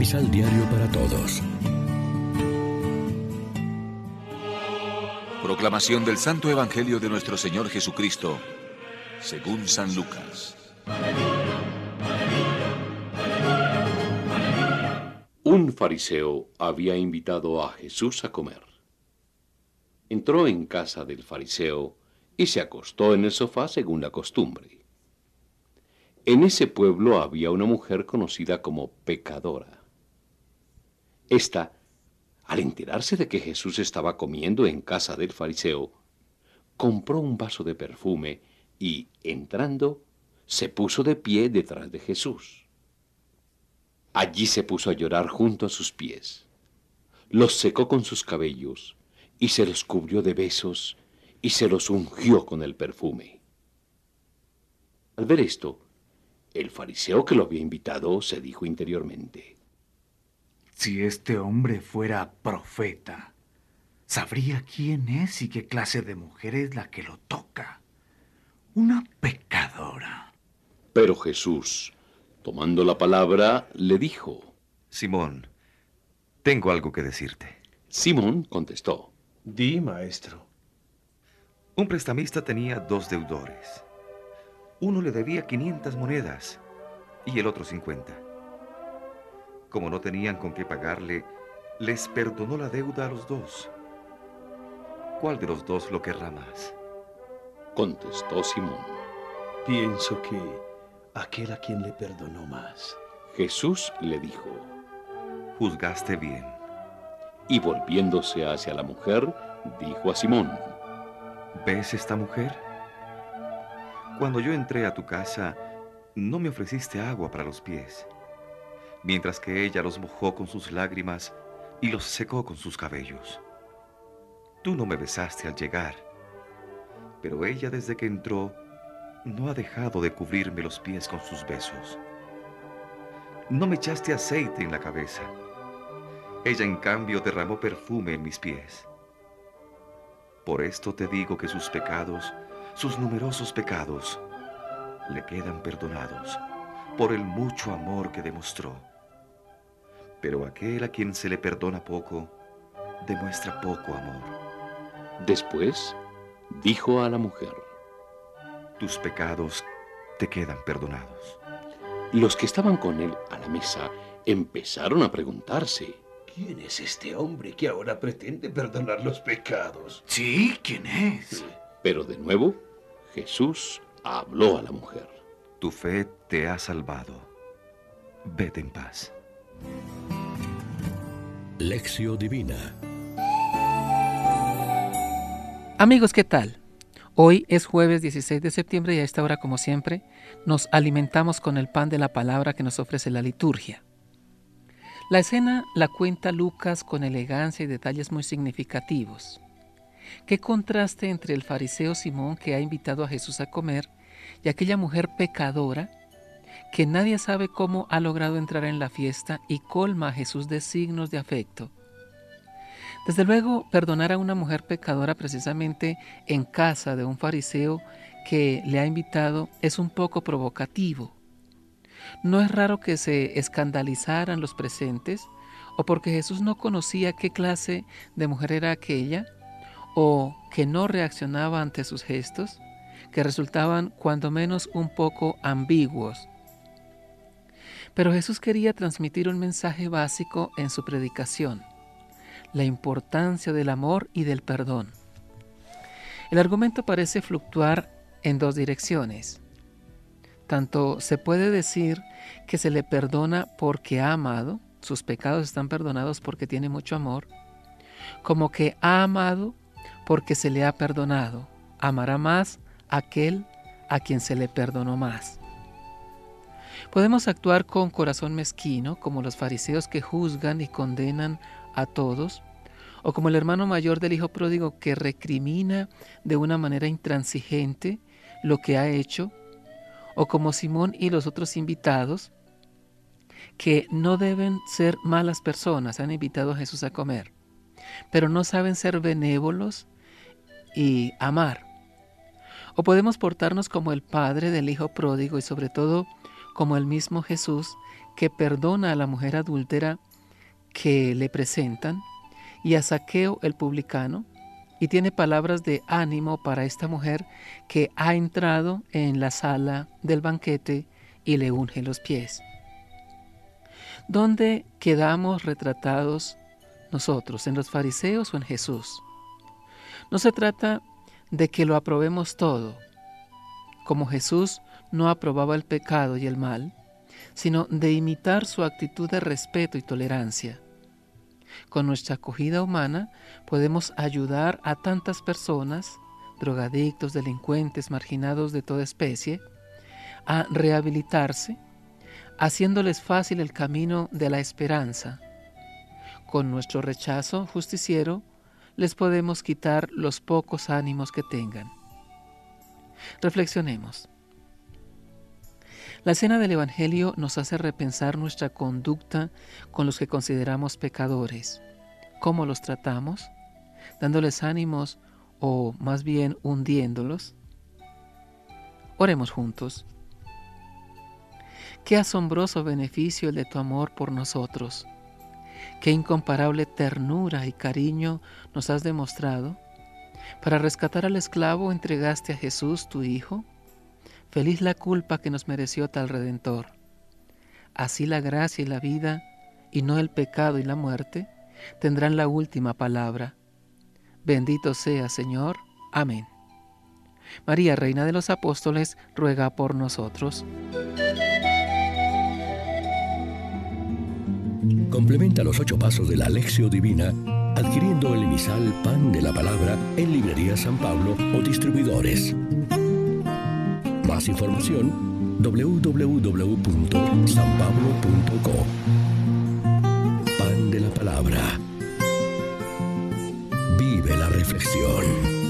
Misal Diario para Todos. Proclamación del Santo Evangelio de nuestro Señor Jesucristo, según San Lucas. Un fariseo había invitado a Jesús a comer. Entró en casa del fariseo y se acostó en el sofá según la costumbre. En ese pueblo había una mujer conocida como pecadora. Esta, al enterarse de que Jesús estaba comiendo en casa del fariseo, compró un vaso de perfume y, entrando, se puso de pie detrás de Jesús. Allí se puso a llorar junto a sus pies. Los secó con sus cabellos y se los cubrió de besos y se los ungió con el perfume. Al ver esto, el fariseo que lo había invitado se dijo interiormente: Si este hombre fuera profeta, sabría quién es y qué clase de mujer es la que lo toca. Una pecadora. Pero Jesús, tomando la palabra, le dijo: Simón, tengo algo que decirte. Simón contestó: Di, maestro. Un prestamista tenía 2 deudores. Uno le debía 500 monedas y el otro 50. Como no tenían con qué pagarle, les perdonó la deuda a los 2. ¿Cuál de los 2 lo querrá más? Contestó Simón. Pienso que aquel a quien le perdonó más. Jesús le dijo: Juzgaste bien. Y volviéndose hacia la mujer, dijo a Simón: ¿Ves esta mujer? Cuando yo entré a tu casa, no me ofreciste agua para los pies, mientras que ella los mojó con sus lágrimas y los secó con sus cabellos. Tú no me besaste al llegar, pero ella desde que entró no ha dejado de cubrirme los pies con sus besos. No me echaste aceite en la cabeza. Ella, en cambio, derramó perfume en mis pies. Por esto te digo que sus pecados, sus numerosos pecados, le quedan perdonados por el mucho amor que demostró. Pero aquel a quien se le perdona poco, demuestra poco amor. Después dijo a la mujer: Tus pecados te quedan perdonados. Los que estaban con él a la mesa empezaron a preguntarse: ¿Quién es este hombre que ahora pretende perdonar los pecados? Sí, ¿quién es? Pero de nuevo, Jesús habló a la mujer: Tu fe te ha salvado. Vete en paz. Lección Divina. Amigos, ¿qué tal? Hoy es jueves 16 de septiembre y a esta hora, como siempre, nos alimentamos con el pan de la palabra que nos ofrece la liturgia. La escena la cuenta Lucas con elegancia y detalles muy significativos. Qué contraste entre el fariseo Simón, que ha invitado a Jesús a comer, y aquella mujer pecadora que nadie sabe cómo ha logrado entrar en la fiesta y colma a Jesús de signos de afecto. Desde luego, perdonar a una mujer pecadora precisamente en casa de un fariseo que le ha invitado es un poco provocativo. No es raro que se escandalizaran los presentes, o porque Jesús no conocía qué clase de mujer era aquella, o que no reaccionaba ante sus gestos, que resultaban cuando menos un poco ambiguos. Pero Jesús quería transmitir un mensaje básico en su predicación: la importancia del amor y del perdón. El argumento parece fluctuar en 2 direcciones. Tanto se puede decir que se le perdona porque ha amado, sus pecados están perdonados porque tiene mucho amor, como que ha amado porque se le ha perdonado, amará más aquel a quien se le perdonó más. Podemos actuar con corazón mezquino, como los fariseos que juzgan y condenan a todos, o como el hermano mayor del hijo pródigo que recrimina de una manera intransigente lo que ha hecho, o como Simón y los otros invitados, que no deben ser malas personas, han invitado a Jesús a comer, pero no saben ser benévolos y amar. O podemos portarnos como el padre del hijo pródigo y sobre todo como el mismo Jesús, que perdona a la mujer adúltera que le presentan y a Zaqueo el publicano, y tiene palabras de ánimo para esta mujer que ha entrado en la sala del banquete y le unge los pies. ¿Dónde quedamos retratados nosotros? ¿En los fariseos o en Jesús? No se trata de que lo aprobemos todo, como Jesús no aprobaba el pecado y el mal, sino de imitar su actitud de respeto y tolerancia. Con nuestra acogida humana podemos ayudar a tantas personas, drogadictos, delincuentes, marginados de toda especie, a rehabilitarse, haciéndoles fácil el camino de la esperanza. Con nuestro rechazo justiciero, les podemos quitar los pocos ánimos que tengan. Reflexionemos. La escena del Evangelio nos hace repensar nuestra conducta con los que consideramos pecadores. ¿Cómo los tratamos? ¿Dándoles ánimos o más bien hundiéndolos? Oremos juntos. Qué asombroso beneficio el de tu amor por nosotros. Qué incomparable ternura y cariño nos has demostrado. Para rescatar al esclavo entregaste a Jesús, tu Hijo. Feliz la culpa que nos mereció tal Redentor. Así la gracia y la vida, y no el pecado y la muerte, tendrán la última palabra. Bendito sea, Señor. Amén. María, Reina de los Apóstoles, ruega por nosotros. Complementa los 8 pasos de la Lección Divina adquiriendo el emisal Pan de la Palabra en Librería San Pablo o distribuidores. Más información www.sanpablo.co. Pan de la Palabra. Vive la reflexión.